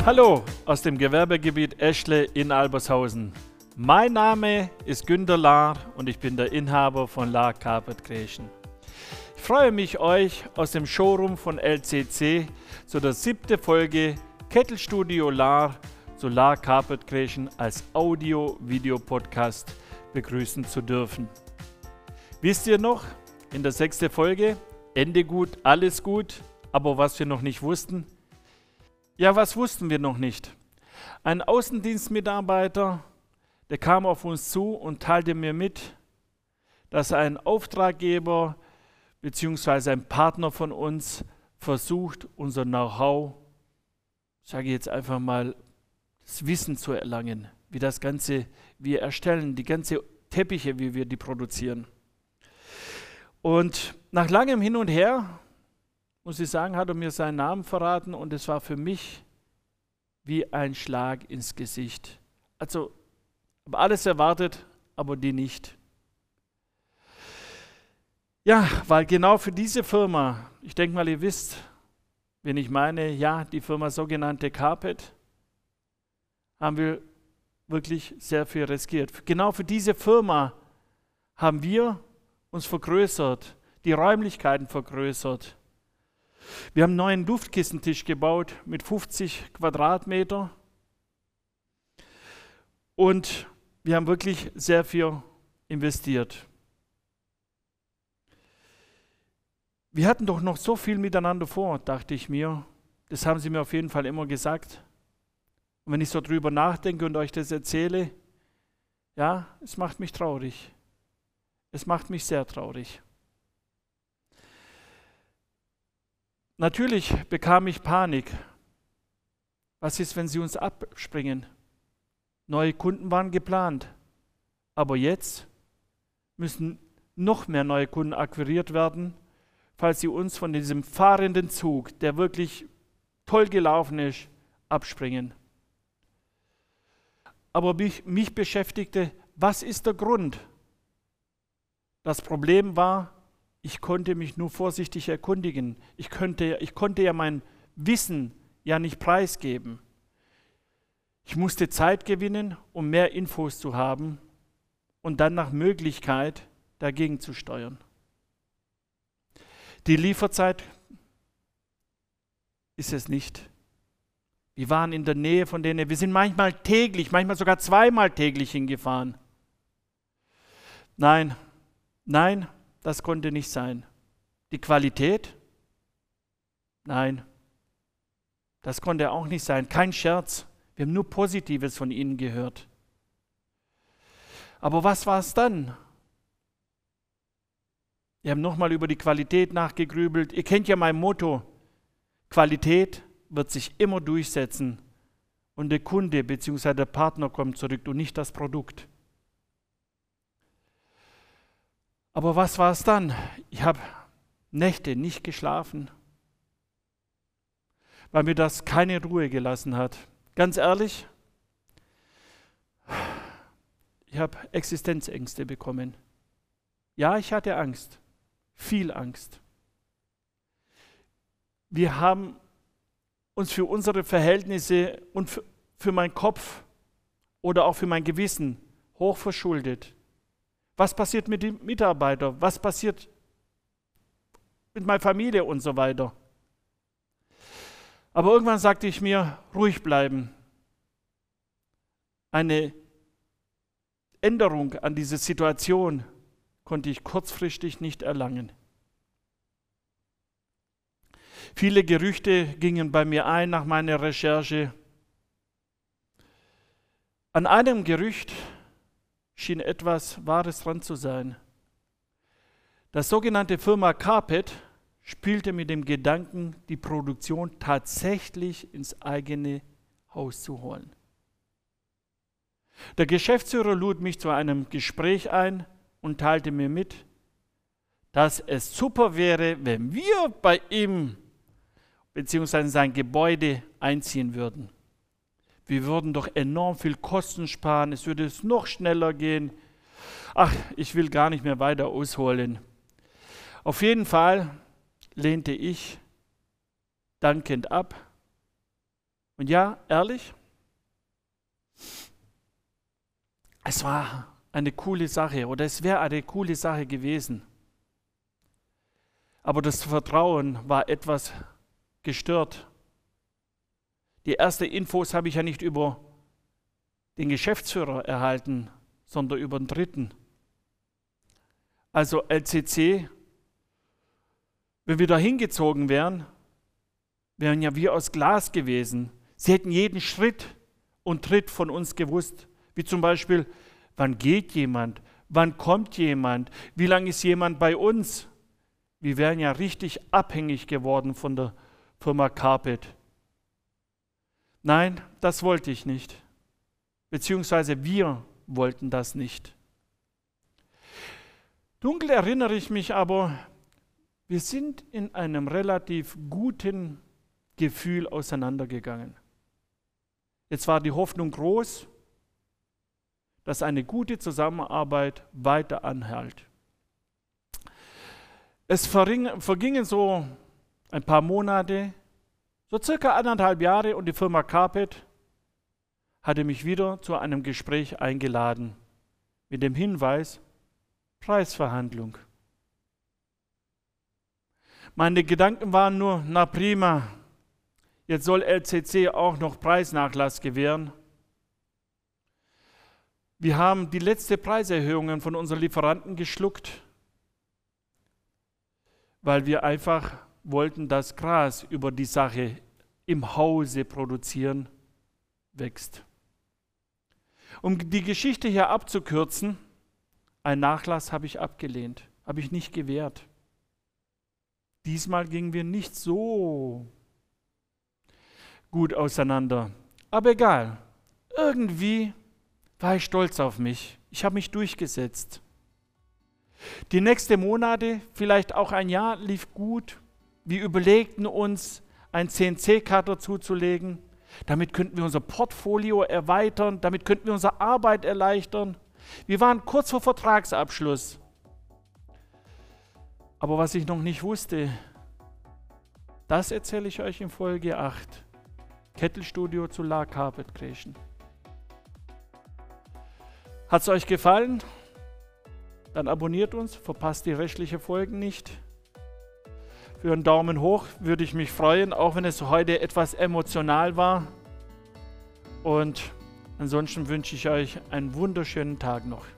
Hallo aus dem Gewerbegebiet Eschle in Albershausen. Mein Name ist Günter Lahr und ich bin der Inhaber von Lahr Carpet Creation. Ich freue mich, euch aus dem Showroom von LCC zu der 7. Folge Kettelstudio Lahr zu Lahr Carpet Creation als Audio-Video-Podcast begrüßen zu dürfen. Wisst ihr noch, in der 6. Folge, Ende gut, alles gut, aber was wir noch nicht wussten? Ja, was wussten wir noch nicht? Ein Außendienstmitarbeiter, der kam auf uns zu und teilte mir mit, dass ein Auftraggeber bzw. ein Partner von uns versucht, unser Know-how, sage ich jetzt einfach mal, das Wissen zu erlangen, wie das Ganze wir erstellen, die ganze Teppiche, wie wir die produzieren. Und nach langem Hin und Her, muss ich sagen, hat er mir seinen Namen verraten und es war für mich wie ein Schlag ins Gesicht. Also, ich habe alles erwartet, aber die nicht. Ja, weil genau für diese Firma, ich denke mal, ihr wisst, wen ich meine, ja, die Firma sogenannte Carpet, haben wir wirklich sehr viel riskiert. Genau für diese Firma haben wir uns vergrößert, die Räumlichkeiten vergrößert. Wir haben einen neuen Luftkissentisch gebaut mit 50 Quadratmeter und wir haben wirklich sehr viel investiert. Wir hatten doch noch so viel miteinander vor, dachte ich mir. Das haben sie mir auf jeden Fall immer gesagt. Und wenn ich so drüber nachdenke und euch das erzähle, ja, es macht mich traurig. Es macht mich sehr traurig. Natürlich bekam ich Panik. Was ist, wenn sie uns abspringen? Neue Kunden waren geplant. Aber jetzt müssen noch mehr neue Kunden akquiriert werden, falls sie uns von diesem fahrenden Zug, der wirklich toll gelaufen ist, abspringen. Aber mich beschäftigte, was ist der Grund? Das Problem war, ich konnte mich nur vorsichtig erkundigen. Ich konnte ja mein Wissen ja nicht preisgeben. Ich musste Zeit gewinnen, um mehr Infos zu haben und dann nach Möglichkeit dagegen zu steuern. Die Lieferzeit ist es nicht. Wir waren in der Nähe von denen, wir sind manchmal täglich, manchmal sogar zweimal täglich hingefahren. Nein, das konnte nicht sein. Die Qualität? Nein, das konnte auch nicht sein. Kein Scherz. Wir haben nur Positives von ihnen gehört. Aber was war es dann? Wir haben nochmal über die Qualität nachgegrübelt. Ihr kennt ja mein Motto. Qualität wird sich immer durchsetzen und der Kunde bzw. der Partner kommt zurück und nicht das Produkt. Aber was war es dann? Ich habe Nächte nicht geschlafen, weil mir das keine Ruhe gelassen hat. Ganz ehrlich, ich habe Existenzängste bekommen. Ja, ich hatte Angst, viel Angst. Wir haben uns für unsere Verhältnisse und für meinen Kopf oder auch für mein Gewissen hoch verschuldet. Was passiert mit den Mitarbeitern? Was passiert mit meiner Familie und so weiter? Aber irgendwann sagte ich mir, ruhig bleiben. Eine Änderung an dieser Situation konnte ich kurzfristig nicht erlangen. Viele Gerüchte gingen bei mir ein nach meiner Recherche. An einem Gerücht schien etwas Wahres dran zu sein. Das sogenannte Firma Carpet spielte mit dem Gedanken, die Produktion tatsächlich ins eigene Haus zu holen. Der Geschäftsführer lud mich zu einem Gespräch ein und teilte mir mit, dass es super wäre, wenn wir bei ihm bzw. sein Gebäude einziehen würden. Wir würden doch enorm viel Kosten sparen, es würde es noch schneller gehen. Ach, ich will gar nicht mehr weiter ausholen. Auf jeden Fall lehnte ich dankend ab Und ja, ehrlich, es war eine coole Sache oder es wäre eine coole Sache gewesen. Aber das Vertrauen war etwas gestört. Die ersten Infos habe ich ja nicht über den Geschäftsführer erhalten, sondern über den Dritten. Also LCC, wenn wir da hingezogen wären, wären ja wir aus Glas gewesen. Sie hätten jeden Schritt und Tritt von uns gewusst. Wie zum Beispiel, wann geht jemand? Wann kommt jemand? Wie lange ist jemand bei uns? Wir wären ja richtig abhängig geworden von der Firma Carpet. Nein, das wollte ich nicht. Beziehungsweise wir wollten das nicht. Dunkel erinnere ich mich aber, wir sind in einem relativ guten Gefühl auseinandergegangen. Jetzt war die Hoffnung groß, dass eine gute Zusammenarbeit weiter anhält. Es vergingen so ein paar Monate, so circa 1,5 Jahre, und die Firma Carpet hatte mich wieder zu einem Gespräch eingeladen mit dem Hinweis, Preisverhandlung. Meine Gedanken waren nur, na prima, jetzt soll LCC auch noch Preisnachlass gewähren. Wir haben die letzte Preiserhöhungen von unseren Lieferanten geschluckt, weil wir einfach wollten, dass Gras über die Sache im Hause produzieren wächst. Um die Geschichte hier abzukürzen, einen Nachlass habe ich abgelehnt, habe ich nicht gewährt. Diesmal gingen wir nicht so gut auseinander. Aber egal, irgendwie war ich stolz auf mich. Ich habe mich durchgesetzt. Die nächsten Monate, vielleicht auch ein Jahr, lief gut. Wir überlegten uns, einen CNC-Cutter zuzulegen. Damit könnten wir unser Portfolio erweitern, damit könnten wir unsere Arbeit erleichtern. Wir waren kurz vor Vertragsabschluss. Aber was ich noch nicht wusste, das erzähle ich euch in Folge 8. Kettelstudio zu La Carpet Creation. Hat es euch gefallen? Dann abonniert uns, verpasst die restlichen Folgen nicht. Für einen Daumen hoch würde ich mich freuen, auch wenn es heute etwas emotional war. Und ansonsten wünsche ich euch einen wunderschönen Tag noch.